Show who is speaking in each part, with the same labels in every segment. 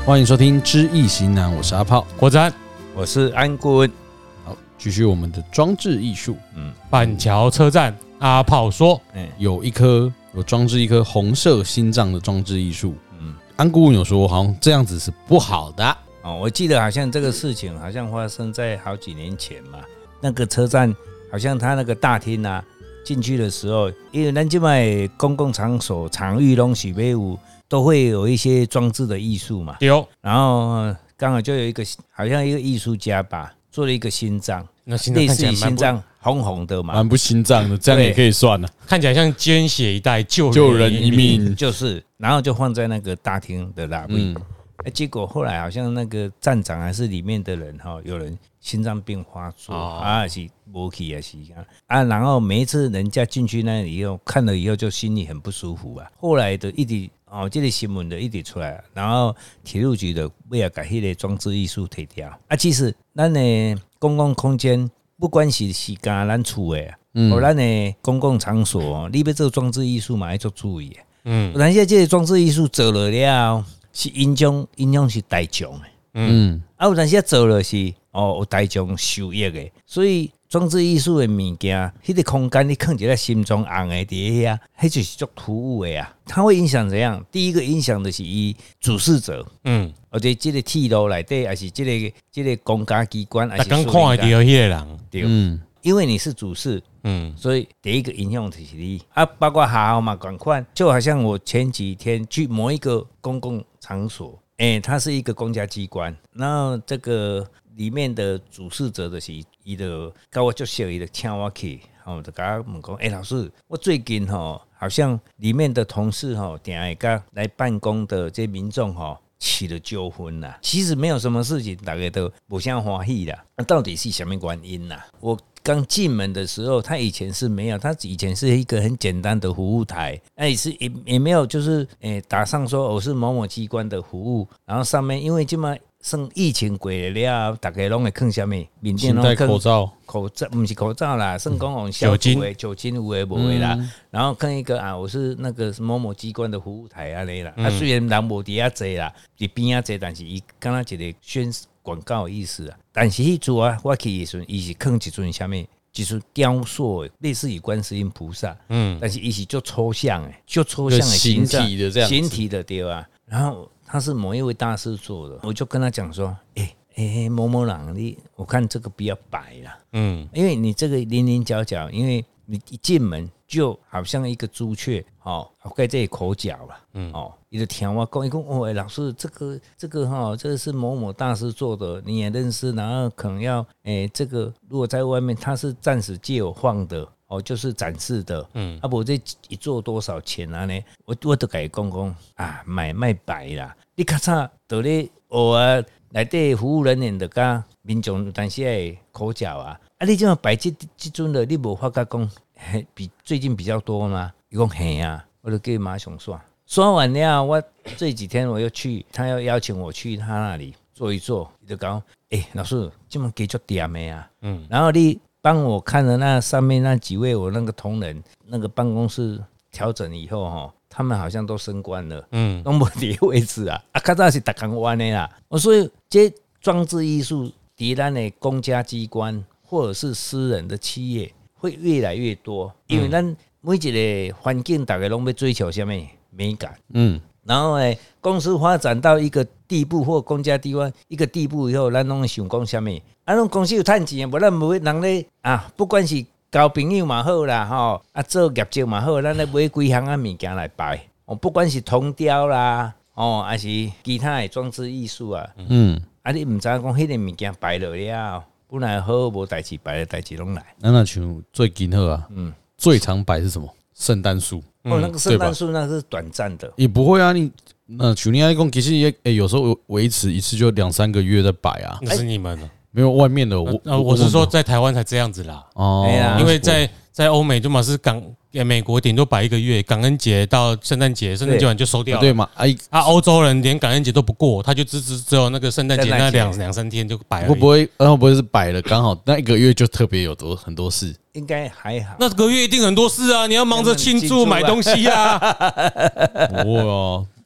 Speaker 1: 欢迎收听《知易行难》，我是阿炮，
Speaker 2: 国展，
Speaker 3: 我是安顾问。
Speaker 1: 好，继续我们的装置艺术。
Speaker 2: 板桥车站，阿炮说，
Speaker 1: 有装置一颗红色心脏的装置艺术。安顾问有说，好像这样子是不好的。
Speaker 3: 我记得好像这个事情好像发生在好几年前嘛。那个车站好像他那个大厅啊，进去的时候，因为咱这边公共场所场域东西都会有一些装置的艺术嘛。
Speaker 2: 有，
Speaker 3: 然后刚好就有一个好像一个艺术家吧，做了一个心脏，
Speaker 2: 那心脏
Speaker 3: 类似于
Speaker 2: 看起来
Speaker 3: 心脏红红的嘛，
Speaker 1: 蛮不心脏的，这样也可以算了，
Speaker 2: 看起来像捐血一袋，救
Speaker 1: 人一命，
Speaker 3: 就是，然后就放在那个大厅的那边。结果后来好像那个站长还是里面的人有人心脏病发作是没去还是然后每一次人家进去那里以后看了以后就心里很不舒服啊。后来的一直这个新闻的一直出来，然后铁路局的为了把那个装置艺术退掉其实咱的公共空间不管是跟咱厝的或咱的公共场所，你要做装置艺术嘛要做注意但是这个装置艺术做了是影响是大众的，有当时做了是有大众受益的，所以装置艺术的物件，那个空间你放一个心中红的在遐，那就是足突兀的啊。它会影响怎样？第一个影响的是主事者，或者这个铁路内底，还是这个公家机关，还是
Speaker 2: 刚看到那个人，
Speaker 3: 对，因为你是主事。所以第一个影响就是你包括学校嘛，赶快就好像我前几天去某一个公共场所，它是一个公家机关，然后这个里面的主事者就是伊就跟我就熟，伊就请我去，就跟我问讲，老师，我最近好像里面的同事定会跟来办公的这民众起了纠纷啦。其实没有什么事情，大家都不相欢喜啦。到底是什么原因啦？我刚进门的时候，他以前是没有，他以前是一个很简单的服务台，也没有就是打上说我是某某机关的服务，然后上面因为这么算疫情过了，大家拢会放什么？面店拢放口罩不是口罩啦，算讲用消毒的酒精有的无的啦，然后看一个我是那个某某机关的服务台安尼啦，虽然人无伫遐坐啦，伫边仔坐，但是伊敢若一个宣广告的意思啊。但是迄组我去的时候，伊是放一尊什么？一尊雕塑的，类似于观世音菩萨，但是伊是就抽象的，就抽象的形体的这样，形体的对吧？然后他是某一位大师做的，我就跟他讲说，某某人，我看这个比较白啦，因为你这个零零角角，因为你一进门就好像一个朱雀，在这里口角了，你就听我讲，伊讲老师，这个是某某大师做的，你也认识，然后可能要这个如果在外面，他是暂时借我放的。就是展示的，不这一做多少钱啊呢？我都跟伊讲卖白啦，你较差到咧内底服务人员的甲民众有当时会口角你这样摆这尊的，你无发觉讲比最近比较多吗？伊讲嘿啊，我就给马上刷完了，我这几天我又去，他要邀请我去他那里坐一坐，就讲老师，这么给足点的然后你帮我看了那上面那几位我那个同仁，那个办公室调整以后他们好像都升官了，都没在位置较早是每天弯的啦。所以这装置艺术在咱的公家机关或者是私人的企业会越来越多，因为咱每一个环境大家都要追求什么美感，然后公司发展到一个地步或公家机关一个地步以后，咱拢会想讲什么？咱公司有赚钱，无咱无人咧不管是交朋友嘛好啦，做业绩嘛好，咱咧买几项物件来摆，不管是铜雕啦，还是其他的装置艺术你唔知讲迄个物件摆落了，本来好无代志，摆的代志拢来。
Speaker 1: 那像最近好最常摆是什么？圣诞树。
Speaker 3: 那个圣诞树那是短暂的，
Speaker 1: 也不会你像你讲，其实也有时候维持一次就2-3个月在摆
Speaker 2: 那是你们
Speaker 1: 没有外面的
Speaker 2: 我是说在台湾才这样子啦，因为在欧美就嘛是美国顶多摆1个月，感恩节到圣诞节完就收掉了，
Speaker 1: 对嘛？
Speaker 2: 欧洲人连感恩节都不过，他就只有那个圣诞节那2-3天就摆了。
Speaker 1: 会不会是摆了刚好那1个月就特别有很多事？
Speaker 3: 应该还好。
Speaker 2: 那个月一定很多事你要忙着庆祝买东西
Speaker 1: 不会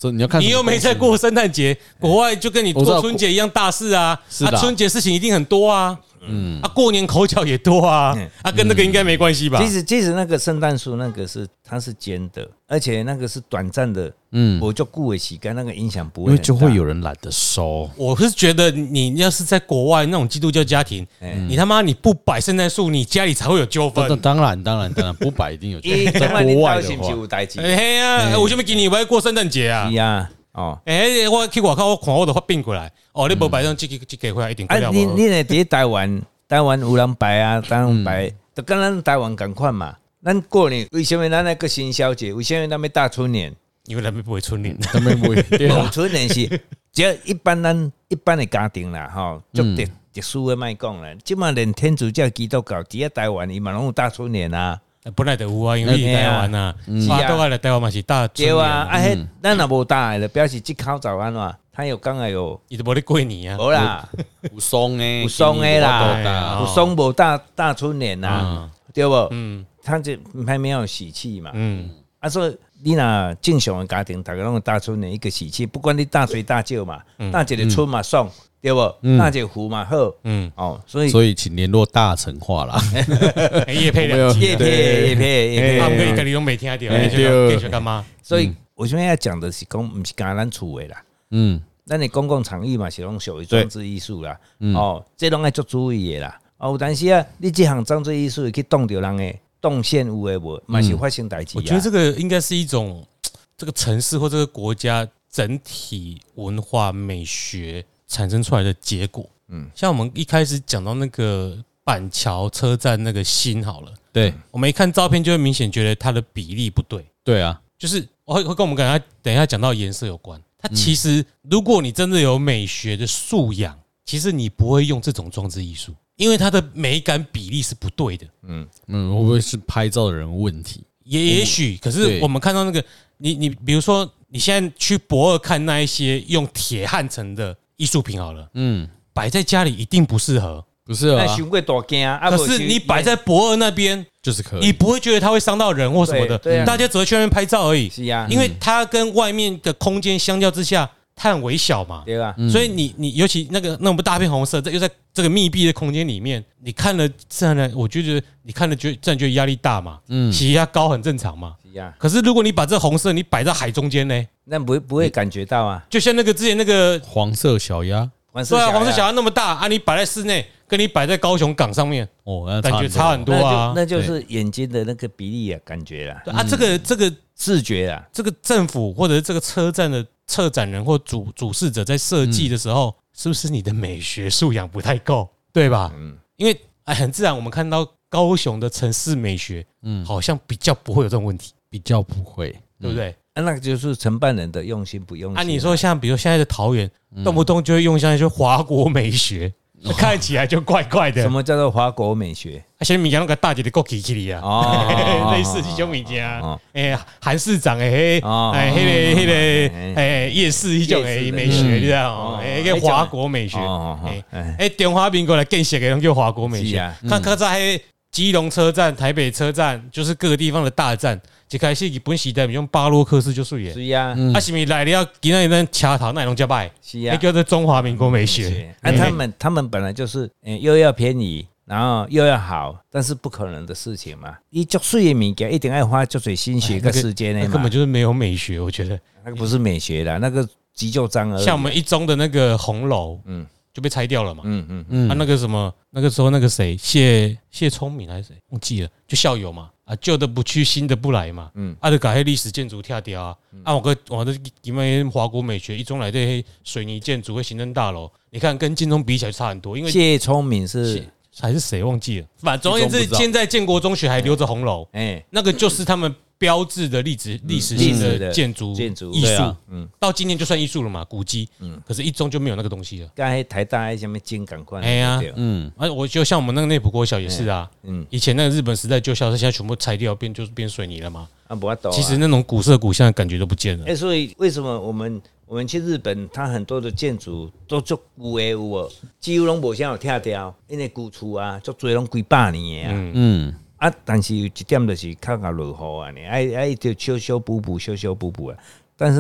Speaker 1: 这你要看，
Speaker 2: 你又没在过圣诞节，国外就跟你过春节一样大事啊。春节事情一定很多啊。过年口角也多啊。跟那个应该没关系吧？
Speaker 3: 其实那个圣诞树那个它是尖的，而且那个是短暂的。我就顾为洗干，那个影响不会很大，
Speaker 1: 因为就会有人懒得收。
Speaker 2: 我是觉得你要是在国外那种基督教家庭，你他妈你不摆圣诞树，你家里才会有纠纷。
Speaker 1: 当然不摆一定有纠纷。在国外的话，
Speaker 2: 嘿呀，我就没给你我过圣诞节啊。
Speaker 3: 是啊。
Speaker 2: 我去外口，我看我都发变过来。你无摆上这个回来一定过了。
Speaker 3: 你呢？在台湾有人摆啊，台湾摆，就跟咱台湾同款嘛。咱过年为什么咱那个新小节？为什么咱要大春联？
Speaker 2: 因为咱们不会春联，
Speaker 1: 咱们不会。
Speaker 3: 春联是只要一般的家庭啦，就特殊的卖讲啦。即嘛连天主教、基督教，只要台湾伊嘛拢有大春联啊。
Speaker 2: 本来就有啊，因为台湾啊，倒来台湾嘛是大春联
Speaker 3: 啊。咱若无大的，表示即口早安嘛。他有刚才有，
Speaker 2: 伊都无咧过年啊，
Speaker 3: 无啦，
Speaker 1: 有松诶
Speaker 3: 啦，有松无大春联呐，对不？他就还没有喜气嘛，所以你若正常的家庭，大家拢有大春联一个喜气，不管你大水大少嘛，大一个春嘛爽，对不？大一个福嘛好，所以
Speaker 1: 请联络大成化啦，
Speaker 2: 业配，他们跟你拢没听到，继续干嘛？
Speaker 3: 所以我现在要讲的是讲，不是讲咱厝的啦。咱的公共场域嘛，是拢属于装置艺术啦。这拢要做注意的啦。有但是啊，你这项装置艺术去动到人的动线有诶无，嘛是发生代志。
Speaker 2: 我觉得这个应该是一种这个城市或这个国家整体文化美学产生出来的结果。像我们一开始讲到那个板桥车站那个新好了，
Speaker 1: 对，
Speaker 2: 我们一看照片就会明显觉得它的比例不对。
Speaker 1: 对啊，
Speaker 2: 就是会跟我们等一下讲到颜色有关。它其实，如果你真的有美学的素养，其实你不会用这种装置艺术，因为它的美感比例是不对的。
Speaker 1: 会不会是拍照的人问题？
Speaker 2: 也许，可是我们看到那个，你比如说，你现在去博二看那一些用铁焊成的艺术品好了，摆在家里一定不适合。
Speaker 1: 不是啊，
Speaker 2: 可是你摆在博二那边
Speaker 1: 就是可以，
Speaker 2: 你不会觉得它会伤到人或什么的，大家只会去那边拍照而已。
Speaker 3: 是啊，
Speaker 2: 因为它跟外面的空间相较之下，它很微小嘛，
Speaker 3: 对吧？
Speaker 2: 所以你尤其那么大片红色，又在这个密闭的空间里面，你看了自然我就觉得你看了自然觉得压力大嘛，血压高很正常嘛。可是如果你把这红色你摆在海中间呢，
Speaker 3: 那不会感觉到啊。
Speaker 2: 就像那个之前那个
Speaker 1: 黄色小鸭。
Speaker 2: 对啊，黄色小鸭那么大啊，你摆在室内，跟你摆在高雄港上面，感觉差很多啊。
Speaker 3: 那就是眼睛的那个比例啊，感觉啦。
Speaker 2: 啊，这个
Speaker 3: 视觉啊，
Speaker 2: 这个政府或者是这个车站的策展人或主事者在设计的时候，是不是你的美学素养不太够，对吧？因为很自然，我们看到高雄的城市美学，好像比较不会有这种问题，
Speaker 1: 比较不会，
Speaker 2: 对不对？
Speaker 3: 那个就是承办人的用心不用心。
Speaker 2: 你说像比如现在的桃园，动不动就会用像一些华国美学，看起来就怪怪的。
Speaker 3: 什么叫做华国美学？
Speaker 2: 现在物件那个大姐的国旗起里啊，类似这种物件。韩市长那个夜市一种美学，你知道吗？一个华国美学。中华民国来建设的叫华国美学。看在基隆车站、台北车站，就是各个地方的大站。一开始日本时代用巴洛克式就水耶，
Speaker 3: 是啊，
Speaker 2: 是咪来了要今仔日掐头那拢加拜，
Speaker 3: 是啊，
Speaker 2: 叫做中华民国美学。
Speaker 3: 他们本来就是又要便宜，然后又要好，但是不可能的事情嘛。你足水的物件一定要花足水心血跟时间的嘛，
Speaker 2: 根本就是没有美学，我觉得
Speaker 3: 那个不是美学啦，那个急救章而已。
Speaker 2: 像我们一中的那个红楼，就被拆掉了嘛。那个什么，那个时候那个谁，谢聪明还是谁忘记了，就校友嘛。旧的不去，新的不来嘛。就把那历史建筑跳掉啊。我的因为华国美学一中来的水泥建筑和行政大楼，你看跟金钟比起来差很多。因为
Speaker 3: 谢聪明是
Speaker 2: 还是谁忘记了？反正总而言之，现在建国中学还留着红楼，那个就是他们标志的历史性的建筑艺术。到今年就算艺术了嘛，古迹。可是一中就没有那个东西了。
Speaker 3: 刚才台大什么金港观？
Speaker 2: 我就像我们那个内埔国小也是啊。以前那个日本时代旧校舍，现在全部拆掉，变水泥了嘛。其实那种古色古香的感觉都不见了。
Speaker 3: 所以为什么我们去日本，它很多的建筑都做古的有，几乎拢无啥有拆掉，因为古厝啊，足多拢几百年的啊。但是有一点就是较落雨啊，爱就修修补补啊。但是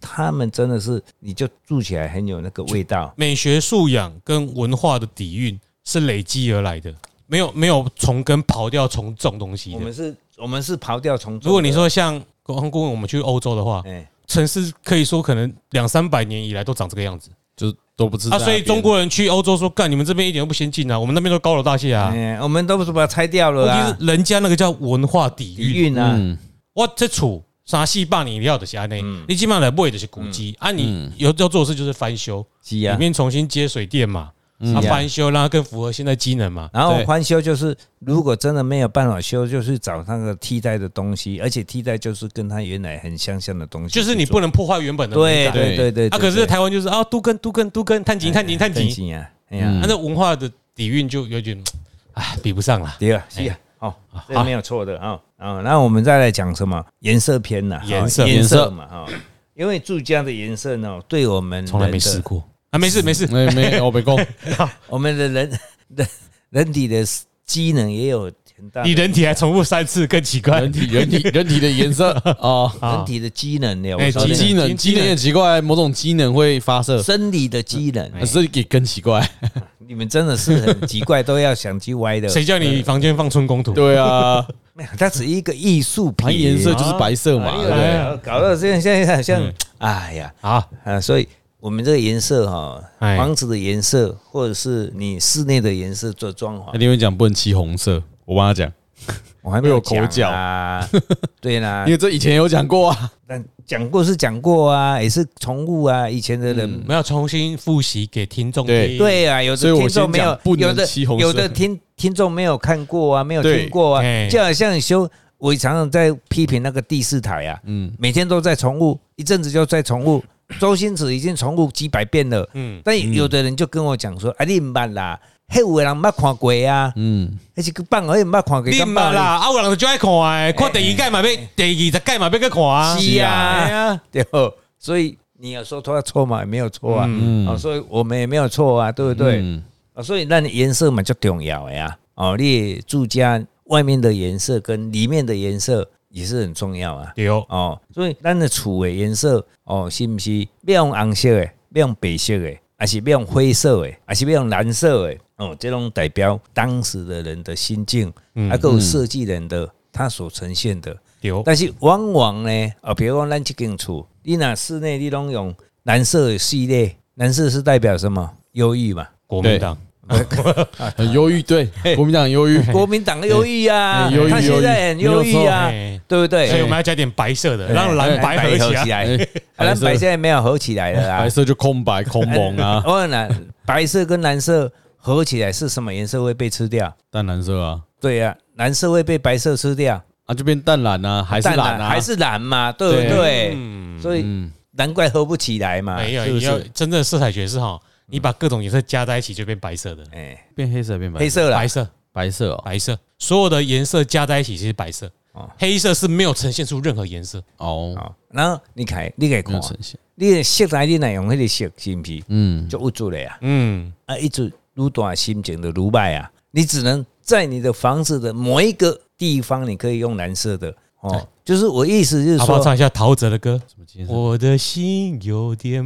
Speaker 3: 他们真的是，你就住起来很有那个味道。
Speaker 2: 美学素养跟文化的底蕴是累积而来的，没有从根刨掉从种东西的。
Speaker 3: 我们是刨掉从种。
Speaker 2: 如果你说像顾问我们去欧洲的话，城市可以说可能200-300年以来都长这个样子。
Speaker 1: 就都不知道
Speaker 2: 所以中国人去欧洲说，干你们这边一点都不先进啊，我们那边都高楼大厦啊，
Speaker 3: 我们都不是把它拆掉了啊。
Speaker 2: 问题是人家那个叫文化底蕴
Speaker 3: 啊，
Speaker 2: 我这厝3-400年了就是安尼，你基本上来买就是古迹啊，你要做的事就是翻修，里面重新接水电嘛。翻修让它更符合现在机能嘛，
Speaker 3: 然后翻修就是如果真的没有办法修，就是找那个替代的东西，而且替代就是跟它原来很相像的东西，
Speaker 2: 就是你不能破坏原本的美感。
Speaker 3: 对
Speaker 2: 可是台湾就是都跟探景啊，那文化的底蕴就有点比不上了。
Speaker 3: 对啊，是啊，这没有错的啊。那我们再来讲什么颜色篇呢？颜色嘛，因为住家的颜色呢，对我们
Speaker 2: 从来没试过。没事，
Speaker 1: 没我没讲。
Speaker 3: 我们的人体的机能也有很大。
Speaker 2: 你人体还重复3次更奇怪。
Speaker 1: 人体的颜色
Speaker 3: 人体的机能
Speaker 1: 机能也奇怪，某种机能会发射。
Speaker 3: 生理的机能，
Speaker 1: 所以也更奇怪。
Speaker 3: 你们真的是很奇怪，都要想去歪的。
Speaker 2: 谁叫你房间放春宫图？
Speaker 1: 对啊，
Speaker 3: 它只是一个艺术品，
Speaker 1: 颜色就是白色嘛。
Speaker 3: 搞到现在好像，哎呀，所以。我们这个颜色房子的颜色，或者是你室内的颜色做装潢。
Speaker 1: 你会讲不能漆红色，我帮他讲，
Speaker 3: 我还没有口角啊。对啦，
Speaker 1: 因为这以前有讲过啊，
Speaker 3: 但讲过是讲过啊，也是重复啊。以前的人
Speaker 2: 没有重新复习给听众听。
Speaker 3: 对啊，有的听众没有，有的听众没有看过啊，没有听过啊。就好像我常常在批评那个第4台啊，每天都在重复，一阵子就在重复。周星驰已经重复几百遍了，但有的人就跟我讲说：“你唔捌啦，迄有的人捌看过啊，那是个棒而已，捌看过。
Speaker 2: 你唔捌啦，有人就爱看诶，看第2届嘛，第20届嘛，要去看啊。
Speaker 3: 是啊，对，所以你有说他错嘛，也没有错啊，所以我们也没有错啊，对不对？所以那颜色嘛就重要呀，你住家外面的颜色跟里面的颜色。也是很重要啊，
Speaker 2: 对
Speaker 3: 所以咱的厝的颜色是不是要用红色的，要用白色的，还是要用灰色的，还是要用蓝色的？这种代表当时的人的心境，还有设计人的他所呈现的。但是往往呢，比如说咱这间厝，你那室内你都用蓝色的系列，蓝色是代表什么？忧郁嘛，
Speaker 2: 国民党。
Speaker 1: 很忧郁，对，国民党很忧郁，
Speaker 3: 国民党忧郁啊，他现在很忧郁啊，对不对？
Speaker 2: 所以我们要加点白色的，让蓝白合起来。
Speaker 3: 蓝白现在没有合起来了啊，
Speaker 1: 白色就空白空蒙啊。
Speaker 3: 我问了，白色跟蓝色合起来是什么颜色会被吃掉？
Speaker 1: 淡蓝色啊。
Speaker 3: 对啊，蓝色会被白色吃掉
Speaker 1: 啊，就变淡蓝啊，还是蓝啊，
Speaker 3: 还是蓝嘛，对不对？所以难怪合不起来嘛。
Speaker 2: 没有，你要真正的色彩学是你把各种颜色加在一起就变白色的，
Speaker 1: 变黑色变白色，
Speaker 3: 黑色了，
Speaker 1: 白色，
Speaker 2: 所有的颜色加在一起是白色，黑色是没有呈现出任何颜色。
Speaker 3: 然后你可以看，你的色彩你来用那个色是不是？就捂住了呀。一直愈大心情的愈歹啊，你只能在你的房子的某一个地方，你可以用蓝色的就是我意思就是说，
Speaker 2: 好不好唱一下陶喆的歌？我的心有点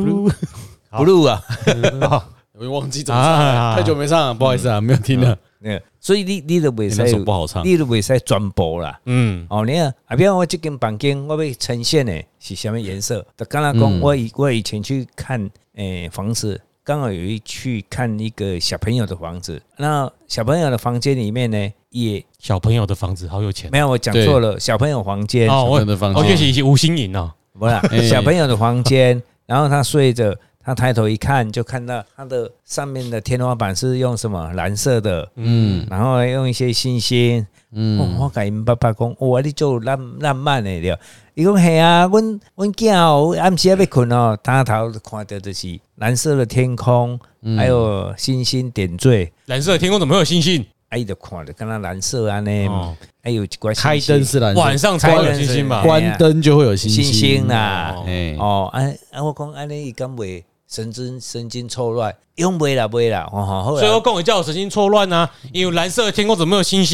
Speaker 2: blue
Speaker 3: 啊，
Speaker 1: 我忘记怎么唱，太久没唱了，不好意思啊，没有听了。
Speaker 3: 所以你都袂使
Speaker 1: 不好唱，
Speaker 3: 你都袂使全部啦。你看，比如我这间房间，我要呈现的是什么颜色？就刚才讲，我以前去看房子，刚好去看一个小朋友的房子。那小朋友的房间里面呢，
Speaker 2: 小朋友的房子好有钱。
Speaker 3: 没有，我讲错了，小朋友房间。
Speaker 2: 我就是吴欣颖哦，
Speaker 3: 不是小朋友的房间，然后他睡着。他抬头一看，就看到他的上面的天花板是用什么蓝色的，然后用一些星星，我跟因爸爸讲，你做浪漫的了。伊讲系啊，阮囝暗时要困哦，抬头看到就是蓝色的天空，还有星星点缀。
Speaker 2: 蓝色的天空怎么会有星星？
Speaker 3: 伊就看着跟他蓝色啊呢，还有一块
Speaker 1: 开灯是蓝色，
Speaker 2: 晚上才有星星嘛，
Speaker 1: 关灯就会有星
Speaker 3: 星啦。我讲安尼伊敢袂神经错乱，用袂啦，
Speaker 2: 所以我讲会叫我神经错乱啊，因为蓝色的天空怎么有星星？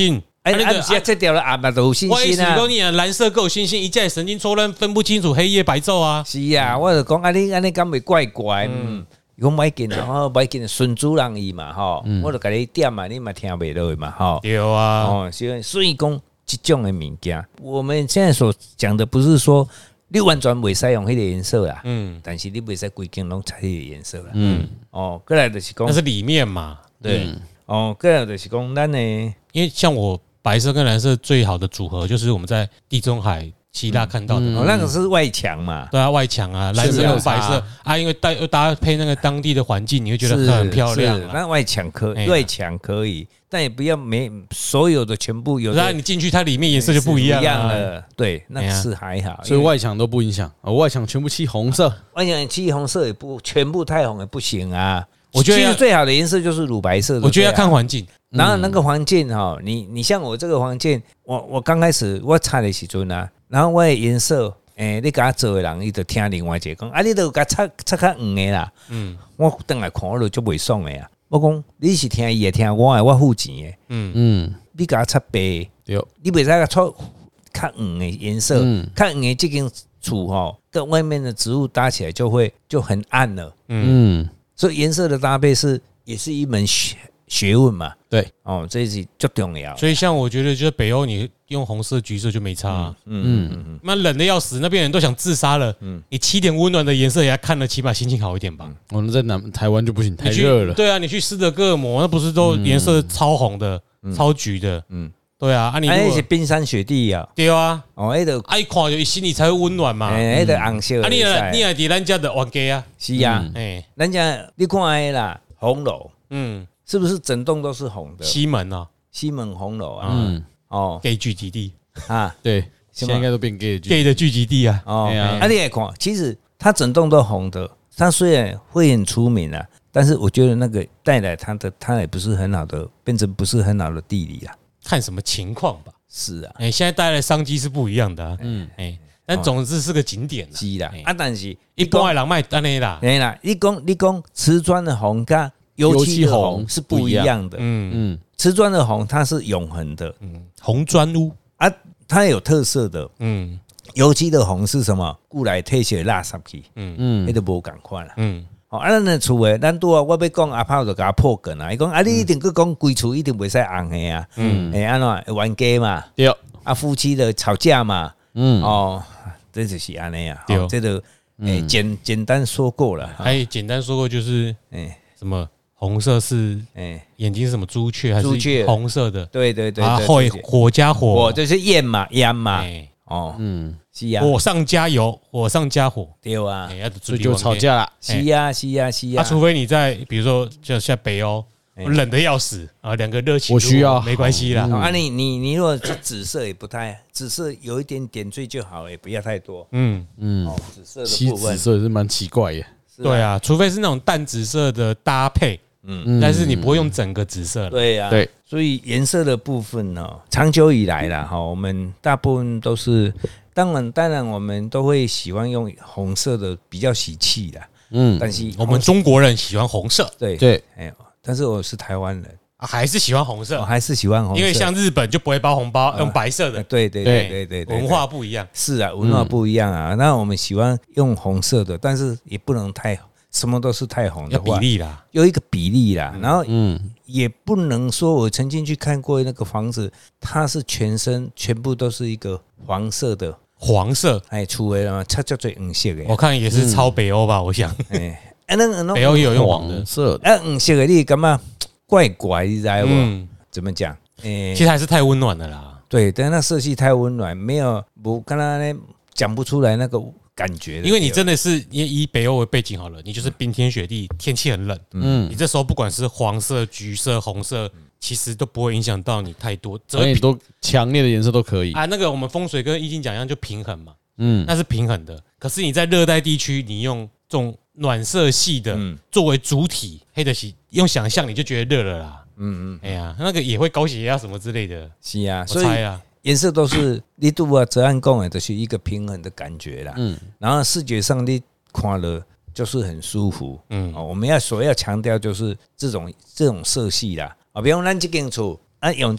Speaker 3: 那个这条了啊，嘛都有星星啊。
Speaker 2: 我你啊，蓝色够有星星，一架神经错乱，分不清楚黑夜白昼啊。
Speaker 3: 是啊，我就讲你敢袂怪怪？讲买紧啊，买紧顺主人意嘛吼，我就甲你点嘛，你嘛听袂落嘛吼。
Speaker 2: 对啊，
Speaker 3: 哦，所以讲这种的物件，我们现在所讲的不是说你完全袂使用迄个颜色啦，但是你袂使规间拢采迄个颜色啦，哦，过来就是讲
Speaker 2: 那是里面嘛，
Speaker 3: 对，哦，过来就是讲咱呢，
Speaker 2: 因为像我白色跟蓝色最好的组合就是我们在地中海。希腊看到的，
Speaker 3: 那个是外墙嘛？
Speaker 2: 对啊，外墙啊，蓝色跟白色啊，因为搭配那个当地的环境，你会觉得很漂亮。
Speaker 3: 那外墙可以，但也不要所有的全部有。
Speaker 2: 然后你进去，它里面颜色就不一样
Speaker 3: 了。对，那是还好，
Speaker 1: 所以外墙都不影响。外墙全部漆红色，
Speaker 3: 外墙漆红色也不全部太红也不行啊。我觉得其实最好的颜色就是乳白色。
Speaker 2: 我觉得要看环境。
Speaker 3: 然后那个环境哈，你像我这个环境，我刚开始我擦的时阵啊。然后我的颜色，你给他做的人，伊就听另外一个讲，你都给他擦较黄的啦。我回来看我就袂爽的啊。我讲你是听伊的，听我的，我付钱的。你给他擦白，你袂使给擦较黄的颜色，较黄的这间厝吼，跟外面的植物搭起来就很暗了。所以颜色的搭配也是一门学问嘛，
Speaker 1: 对
Speaker 3: 哦，这是最重要。
Speaker 2: 所以像我觉得，就是北欧你用红色、橘色就没差。那冷的要死，那边人都想自杀了。你沏点温暖的颜色，给他看了，起码心情好一点吧。
Speaker 1: 我们在台湾就不行，太热了。
Speaker 2: 对啊，你去斯德哥尔摩，那不是都颜色超红的、超橘的？对啊，你
Speaker 3: 那是冰山雪地啊。
Speaker 2: 对啊，
Speaker 3: 哦，那个
Speaker 2: 一看就心里才会温暖嘛。
Speaker 3: 那个红色。
Speaker 2: 你也伫咱家的玩家啊？
Speaker 3: 是啊，咱家你看那啦，红楼，是不是整栋都是红的？
Speaker 2: 西门啊，
Speaker 3: 西门红楼啊，
Speaker 2: 哦 ，gay 聚集地
Speaker 1: 啊，对，现在应该都变
Speaker 2: gay 的聚集地啊。
Speaker 3: 哦，你来看，其实它整栋都红的，它虽然会很出名啊，但是我觉得那个带来它也不是很好的，变成不是很好的地理啊。
Speaker 2: 看什么情况吧。
Speaker 3: 是啊，
Speaker 2: 现在带来的商机是不一样的啊。但总之是个景点
Speaker 3: 是啦。但是
Speaker 2: 一般的人卖安尼啦。
Speaker 3: 你讲瓷砖的红跟油漆的红是不一样的。瓷砖的红它是永恒的，
Speaker 2: 红砖屋
Speaker 3: 啊，它有特色的。油漆的红是什么？古来退些垃圾去，那都无赶快了。咱的厝诶，咱拄啊，我要讲阿炮就给他破梗啊。伊讲你一定去讲规厝一定袂使红的啊。安怎冤家嘛？
Speaker 1: 对
Speaker 3: 啊，夫妻的吵架嘛。这就是安尼啊。这个简单说过了。
Speaker 2: 简单说过就是什么红色是眼睛是什么朱雀还是红色的？
Speaker 3: 对。
Speaker 2: 啊，火加火
Speaker 3: 就是焰嘛。是啊，
Speaker 2: 火上加油，火上加火，
Speaker 3: 对啊，
Speaker 1: 所以就吵架了。
Speaker 3: 是啊。
Speaker 2: 除非你在比如说就像北欧，冷的要死啊，两个热情，
Speaker 1: 我需要
Speaker 2: 没关系啦。
Speaker 3: 你如果是紫色也不太，紫色有一点点缀就好，也不要太多。紫色的部分，
Speaker 1: 紫色是蛮奇怪耶。
Speaker 2: 对啊，除非是那种淡紫色的搭配。但是你不会用整个紫色。
Speaker 3: 对啊，对，所以颜色的部分呢，长久以来啦，我们大部分都是，当然我们都会喜欢用红色的，比较喜气的。但是
Speaker 2: 我们中国人喜欢红色。
Speaker 3: 对，但是我是台湾人，
Speaker 2: 还是喜欢红色，
Speaker 3: 还是喜欢红色，
Speaker 2: 因为像日本就不会包红包，用白色的。
Speaker 3: 对，
Speaker 2: 文化不一样。
Speaker 3: 是啊，文化不一样啊。那我们喜欢用红色的，但是也不能太。什么都是太红的话，
Speaker 2: 有比例啦，
Speaker 3: 有一个比例啦，然后也不能说，我曾经去看过那个房子，它是全部都是一个黄色的，出来了，它叫做黄色的。
Speaker 2: 我看也是抄北欧吧，我想，北欧也有用黄色
Speaker 3: 的，黄色的你感觉怪怪，你知道不？怎么讲？
Speaker 2: 其实还是太温暖了啦。
Speaker 3: 对，但那色系太温暖，没有不刚刚讲不出来那个。感觉，
Speaker 2: 因为你真的是以北欧为背景好了，你就是冰天雪地，天气很冷，你这时候不管是黄色、橘色、红色，其实都不会影响到你太多，
Speaker 1: 很多强烈的颜色都可以
Speaker 2: 啊。那个我们风水跟易经讲一样，就平衡嘛，那是平衡的。可是你在热带地区，你用这种暖色系的作为主体，黑的系用想象你就觉得热了啦，哎呀，那个也会高血压什么之类的，
Speaker 3: 是啊，
Speaker 2: 我猜啊。
Speaker 3: 颜色都是你拄啊，泽安讲的，就是一个平衡的感觉啦。然后视觉上你看了就是很舒服。我们要强调就是这种色系啦。比如咱这间厝啊，用这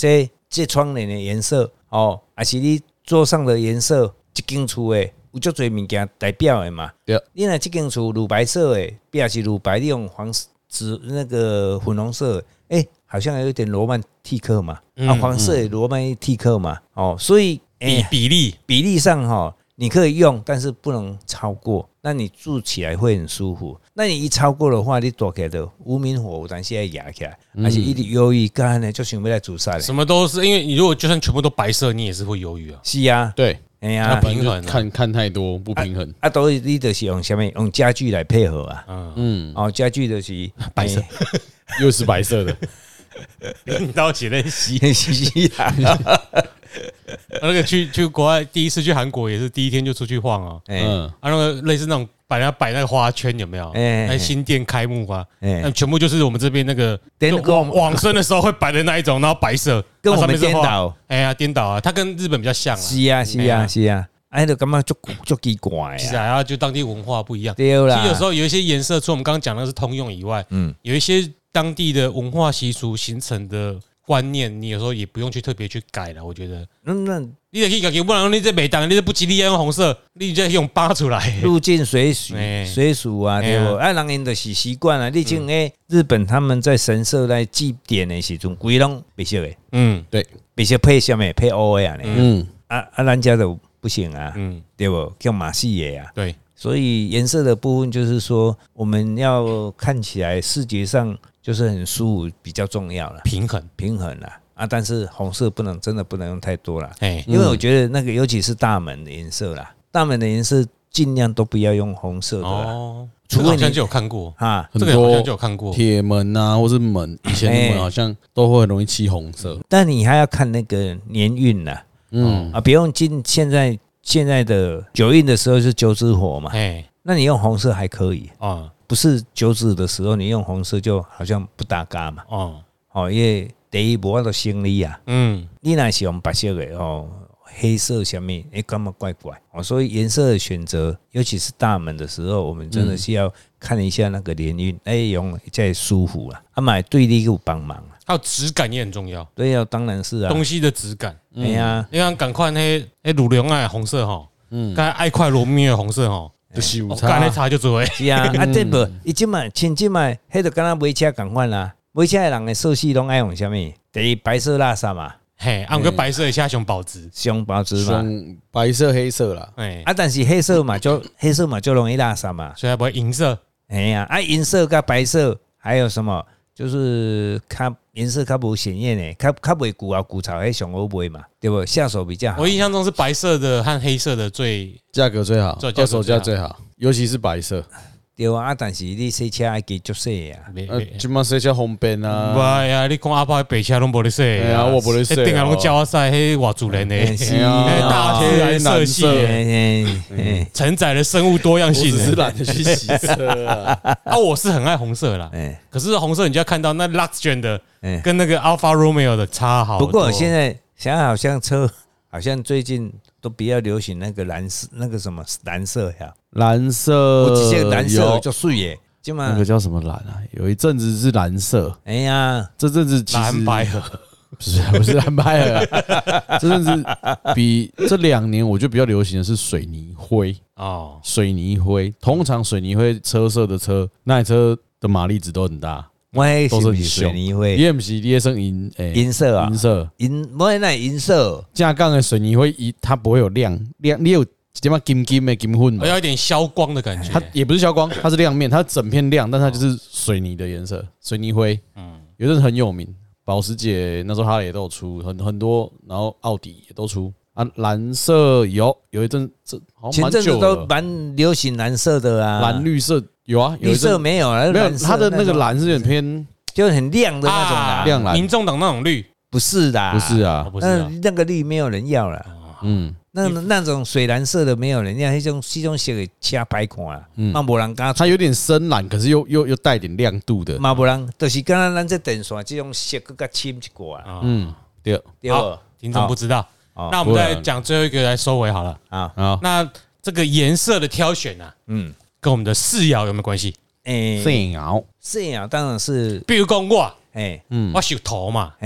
Speaker 3: 这窗帘的颜色哦，还是你桌上的颜色，一间厝的有足侪物件代表的嘛。
Speaker 1: 对，
Speaker 3: 你若这间厝乳白色的，壁是乳白，你用那个粉红色，好像有点罗曼蒂克嘛，黄色的罗曼蒂克嘛，所以
Speaker 2: 比
Speaker 3: 例上哈。你可以用，但是不能超过。那你住起来会很舒服。那你一超过的话，你大概的无名火，有当时会压起来，而且一直忧郁感呢，就想要来自杀。
Speaker 2: 什么都是，因为你如果就算全部都白色，你也是会忧郁啊。
Speaker 3: 是啊，
Speaker 1: 对，
Speaker 3: 哎呀，
Speaker 2: 平衡
Speaker 1: 看太多不平衡
Speaker 3: 都你就是用什么用家具来配合啊。家具就是
Speaker 2: 白色，
Speaker 1: 又是白色的，
Speaker 2: 领导起来洗
Speaker 3: 啊。
Speaker 2: 那个去国外第一次去韩国也是第一天就出去晃啊，那个类似那种摆那个花圈有没有？那新店开幕啊，那全部就是我们这边那个往生的时候会摆的那一种，然后白色
Speaker 3: 跟我们颠倒，
Speaker 2: 颠倒啊，它跟日本比较像啊。
Speaker 3: 是啊，就感觉就奇怪
Speaker 2: 其实啊，就当地文化不一样。
Speaker 3: 对啦，
Speaker 2: 其实有时候有一些颜色，除了我们刚刚讲的是通用以外，有一些当地的文化习俗形成的观念，你有时候也不用去特别去改了。我觉得，你得去改，不然你这每当你这不吉利要用红色，你就用扒出来。
Speaker 3: 入境随俗啊，对不？人因就是习惯了。毕竟日本他们在神社在祭典的时阵，规拢白色的，
Speaker 1: 对，
Speaker 3: 白色配什么？配黑的啊，咱家的不行啊，对不？叫马戏的啊，
Speaker 2: 对。
Speaker 3: 所以颜色的部分就是说，我们要看起来视觉上就是很舒服，比较重要了，平衡啦啊！但是红色真的不能用太多了，因为我觉得那个尤其是大门的颜色啦，大门的颜色尽量都不要用红色的啦。
Speaker 2: 这个好像就有看过啊，这个好像就有看过
Speaker 1: 铁门啊，或是门，以前的门好像都会很容易漆红色。
Speaker 3: 但你还要看那个年运啦，别用现在的九运的时候是九子火嘛，那你用红色还可以啊，不是九子的时候你用红色就好像不搭嘎嘛，因为第一无法度生理啊，你若是用白色的黑色什么，感觉怪怪所以颜色的选择，尤其是大门的时候，我们真的是要看一下那个年运，用才舒服啦，买对立有帮忙。
Speaker 2: 还有质感也很重要，
Speaker 3: 对呀，当然是啊，
Speaker 2: 东西的质感。
Speaker 3: 哎呀，
Speaker 2: 你看，赶快那鲁龙爱红色哈，刚才爱快罗密的红色哈，
Speaker 1: 就是有
Speaker 2: 差，刚才差就做诶。
Speaker 3: 是啊，对不？伊即卖亲即卖，迄就敢若买车共款啦，买车的人的色系拢爱用什么？第一白色垃圾嘛，
Speaker 2: 按个白色的下熊保值
Speaker 3: 嘛，
Speaker 1: 白色黑色啦，
Speaker 3: 但是黑色嘛就容易垃圾嘛，
Speaker 2: 所以还不会银色。
Speaker 3: 银色跟白色还有什么？就是它颜色较无显眼的，较袂古草迄上好买嘛，对不？下手比较好。
Speaker 2: 我印象中是白色的和黑色的
Speaker 1: 价格最好，二手价最好，尤其是白色。
Speaker 3: 对啊，但是你洗车爱给足洗啊，
Speaker 1: 即马洗车方便啊。
Speaker 2: 不呀，你讲阿爸白车拢无咧洗
Speaker 1: 啊，我无咧洗。
Speaker 2: 一定啊，拢叫我洗迄偌自然的，大自然色系，承载了生物多样性。
Speaker 1: 我只是懒得去洗车啊。
Speaker 2: 我是很爱红色啦，可是红色你就要看到那 Luxgen 的跟那个 Alfa Romeo 的差好多。
Speaker 3: 不过现在想好像车，好像最近都比较流行那个蓝色，那个什么蓝色呀。
Speaker 1: 蓝色，
Speaker 3: 我这些蓝色就水耶，
Speaker 1: 那个叫什么蓝啊？有一阵子是蓝色，
Speaker 3: 哎呀，
Speaker 1: 这阵子其实
Speaker 2: 蓝白盒
Speaker 1: 不是蓝白盒，这阵子比这2年我觉得比较流行的是水泥灰哦，水泥灰，通常水泥灰车色的车，那台车的马力值都很大。
Speaker 3: 都是水泥灰，
Speaker 1: 也不是你也生
Speaker 3: 银色啊，我那银色，
Speaker 1: 架杠的水泥灰它不会有亮，你有什么金的金混，
Speaker 2: 有一点消光的感觉。
Speaker 1: 它也不是消光，它是亮面，它整片亮，但它就是水泥的颜色，水泥灰。有阵很有名，保时捷那时候哈雷也都有出很多，然后奥迪也都出啊。蓝色有一阵好像蛮久了，
Speaker 3: 前阵子都蛮流行蓝色的啊，
Speaker 1: 蓝绿色。有啊，
Speaker 3: 绿色没有啊，
Speaker 1: 没有，它的那个蓝是有点偏，
Speaker 3: 就很亮的那种蓝，
Speaker 1: 亮蓝。
Speaker 2: 民众党那种绿
Speaker 3: 不是的，
Speaker 1: 不是啊，
Speaker 3: 那个绿没有人要了。那种水蓝色的没有人要，那种色的车歹看啊，嘛无人敢。
Speaker 1: 它有点深蓝，可是又带点亮度的，
Speaker 3: 嘛无人，就是刚刚咱这电线这种色更加深一挂。
Speaker 1: 对，
Speaker 2: 好，听众不知道，那我们再讲最后一个来收尾好了啊。那这个颜色的挑选啊，跟我们的四爻有没有关系？
Speaker 3: 四爻当然是，
Speaker 2: 比如讲我，我属土嘛，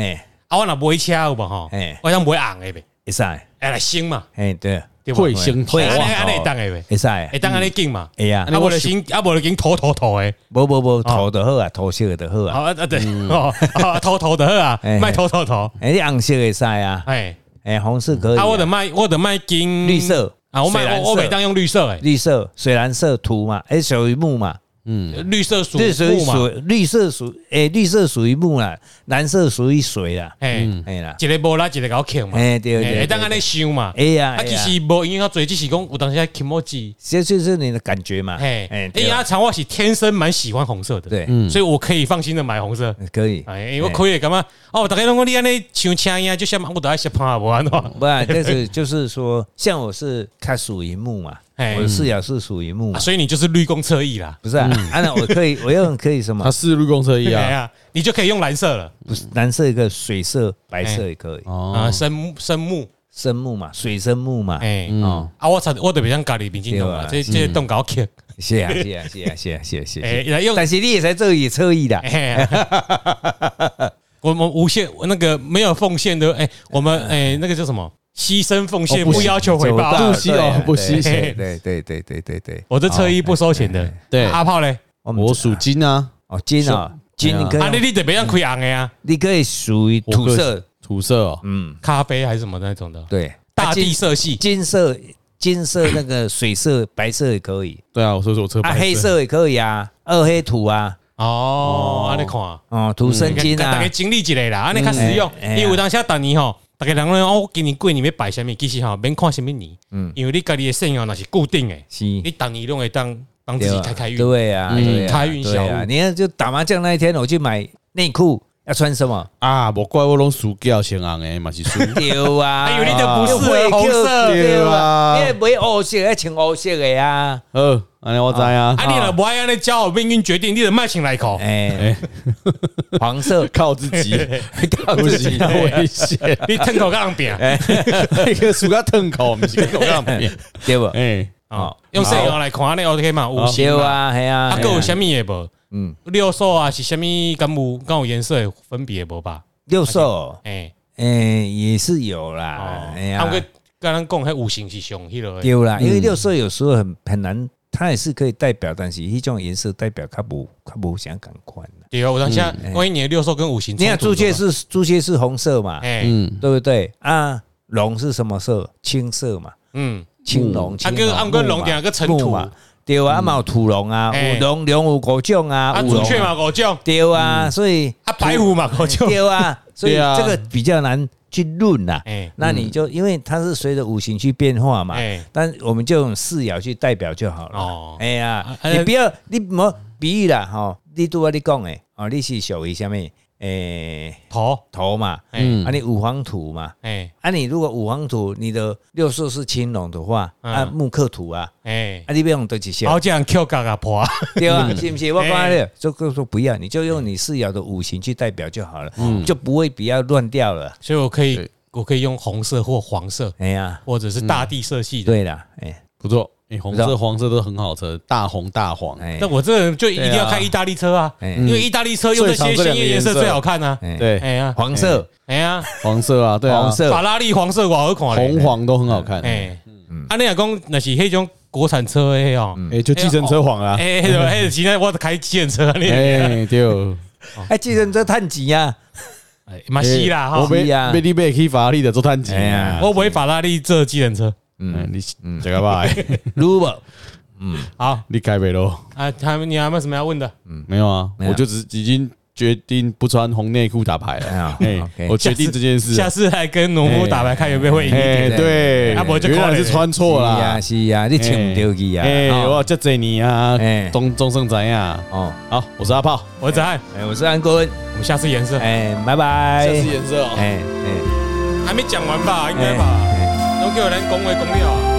Speaker 2: 啊，我若买车有无吼？我想买红的呗，
Speaker 3: 会使，
Speaker 2: 来升嘛，
Speaker 3: 对，
Speaker 1: 会升头
Speaker 2: 安
Speaker 1: 啊，
Speaker 2: 尼会当的呗，
Speaker 3: 会使，
Speaker 2: 会当安尼紧嘛，
Speaker 3: 会啊，
Speaker 2: 啊，无就先土的，
Speaker 3: 无涂就好啊，涂色就好啊，
Speaker 2: 对，土就好啊，卖土，
Speaker 3: 你红色会使啊，红色可以，
Speaker 2: 啊，我得卖金
Speaker 3: 绿色
Speaker 2: 啊，我袂当用绿色诶，
Speaker 3: 绿色、水蓝色涂嘛，属于木嘛。
Speaker 2: 绿色属木嘛，
Speaker 3: 绿色属于木啦，蓝色属于水啦，
Speaker 2: 啦，一个无啦，一个搞捡嘛，
Speaker 3: 对，
Speaker 2: 当安尼想嘛，其实无影响最，只是讲有当时起毛机，
Speaker 3: 这就是你的感觉嘛，
Speaker 2: 阿长我是天生蛮喜欢红色的，
Speaker 3: 对，
Speaker 2: 所以我可以放心的买红色，
Speaker 3: 可以，
Speaker 2: 我可以干嘛？大家拢讲你安尼像车一样，就像我都爱小胖无安喏，
Speaker 3: 不然就是说，像我是它属于木嘛。我的视角是属于木，
Speaker 2: 所以你就是绿公车翼啦，
Speaker 3: 不是啊？那我用可以什么？
Speaker 1: 它是绿公车翼啊，
Speaker 2: 你就可以用蓝色了。
Speaker 3: 不是蓝色一个，水色、白色也可以。
Speaker 2: 生
Speaker 3: 木嘛，水生木嘛。
Speaker 2: 我特别想家里民进党啊，这动搞客。
Speaker 3: 是啊。但是你也在这里车翼的。
Speaker 2: 我们无限那个没有奉献的，我们那个叫什么？牺牲奉献，不要求回报，
Speaker 1: 不牺牲。
Speaker 3: 对，
Speaker 2: 我这车衣不收钱的。对，阿炮嘞，
Speaker 1: 我属金啊，
Speaker 3: 金啊，金你可以。
Speaker 2: 你特别想开红的啊？
Speaker 3: 你可以属于土色哦，
Speaker 2: 咖啡还是什么那种的？
Speaker 3: 对，
Speaker 2: 大地色系，
Speaker 3: 金色那个水色、白色也可以。
Speaker 1: 对啊，我说我车白色，
Speaker 3: 黑色也可以啊，二黑土啊。
Speaker 2: 安尼看，
Speaker 3: 土生金啊，
Speaker 2: 大家经历一下啦，安尼较实用。因为当时逐年吼。大家人讲今年过年要摆什么？其实免看什么年，因为你家己的生活那是固定的，你逐年拢会当帮自己开运。
Speaker 3: 对啊，
Speaker 2: 开运小物。
Speaker 3: 你看，就打麻将那一天，我去买内裤，要穿什么
Speaker 1: 啊？无怪我拢输掉先红的，嘛是输
Speaker 3: 掉啊！
Speaker 2: 哎呦，你就不是红色
Speaker 3: 对啊？你买黑色，要穿黑色的呀。
Speaker 1: 安尼我知啊。
Speaker 2: 你若不爱安尼教命运决定，你得卖穿来口。
Speaker 3: 黄色
Speaker 1: 靠自己，靠自己危险。
Speaker 2: 你吞口干饼，
Speaker 1: 那个输个吞口，不是吞口干饼，
Speaker 3: 对不？
Speaker 2: 用色用来看，你 OK 嘛？有
Speaker 3: 对啊，系啊。
Speaker 2: 还有什么也无？六色啊，是什么？敢有颜色的分别无吧？
Speaker 3: 六色，也是有啦。
Speaker 2: 他们刚刚讲，迄五行是上迄个。
Speaker 3: 有啦，因为六色有时候很难。它也是可以代表，但是一种颜色代表较无啥感官。
Speaker 2: 对啊，我当下万一你的六色跟五行，
Speaker 3: 你看朱雀是红色嘛，对不对啊？龙是什么色？青色嘛，青龙。
Speaker 2: 按个龙点个尘土嘛，
Speaker 3: 对啊，嘛有土龙啊，有龙有五种啊，
Speaker 2: 朱雀嘛五种，
Speaker 3: 对啊，所以
Speaker 2: 白虎嘛五种，
Speaker 3: 对啊，所以这个比较难去论呐，那你就因为它是随着五行去变化嘛，但我们就用四爻去代表就好了。哎呀，你不要你莫比喻啦，吼，你拄啊你讲诶，你是属于什么？土嘛，你五黄土嘛，你如果五黄土，你的六色是青龙的话，木克土啊，你要用多几些？
Speaker 2: 好这样 Q 嘎嘎破，
Speaker 3: 对啊，是不是？我讲你，就说不要，你就用你四爻的五行去代表就好了，就不会比较乱掉了。
Speaker 2: 所以我可以用红色或黄色，或者是大地色系的。
Speaker 3: 对啦，
Speaker 1: 不错。红色、黄色都很好车，大红大黄。
Speaker 2: 那我这个人就一定要开意大利车啊，因为意大利车用这些鲜艳颜色最好看啊。
Speaker 1: 对，
Speaker 3: 黄色，
Speaker 1: 黄色啊，对啊，
Speaker 2: 法拉利黄色我好看，
Speaker 1: 红黄都很好看。
Speaker 2: 你若讲那是迄种国产车的哦，
Speaker 1: 就计程车黄啊，
Speaker 2: 现在我开计程车，
Speaker 1: 对，
Speaker 3: 计程车趁钱啊。
Speaker 2: 嘛是啦，
Speaker 1: 我买去法拉利的做趁钱，
Speaker 2: 我买法拉利做计程车。
Speaker 1: 这个吧，
Speaker 2: 好，
Speaker 1: 你改没咯？
Speaker 2: 你还有没有什么要问的？
Speaker 1: 没有啊，我就已经决定不穿红内裤打牌了。我决定这件事，
Speaker 2: 下次来跟农夫打牌，看有没有会赢。
Speaker 1: 对，原来是穿错了，
Speaker 3: 是呀，你抢不到去啊！
Speaker 1: 我这几年啊，钟声怎样？好，我是阿炮，
Speaker 2: 我是子翰，
Speaker 3: 我是安坤，
Speaker 2: 我们下次颜色，
Speaker 3: 拜拜。
Speaker 1: 下次颜色，
Speaker 2: 还没讲完吧？应该吧？都叫人讲话讲了。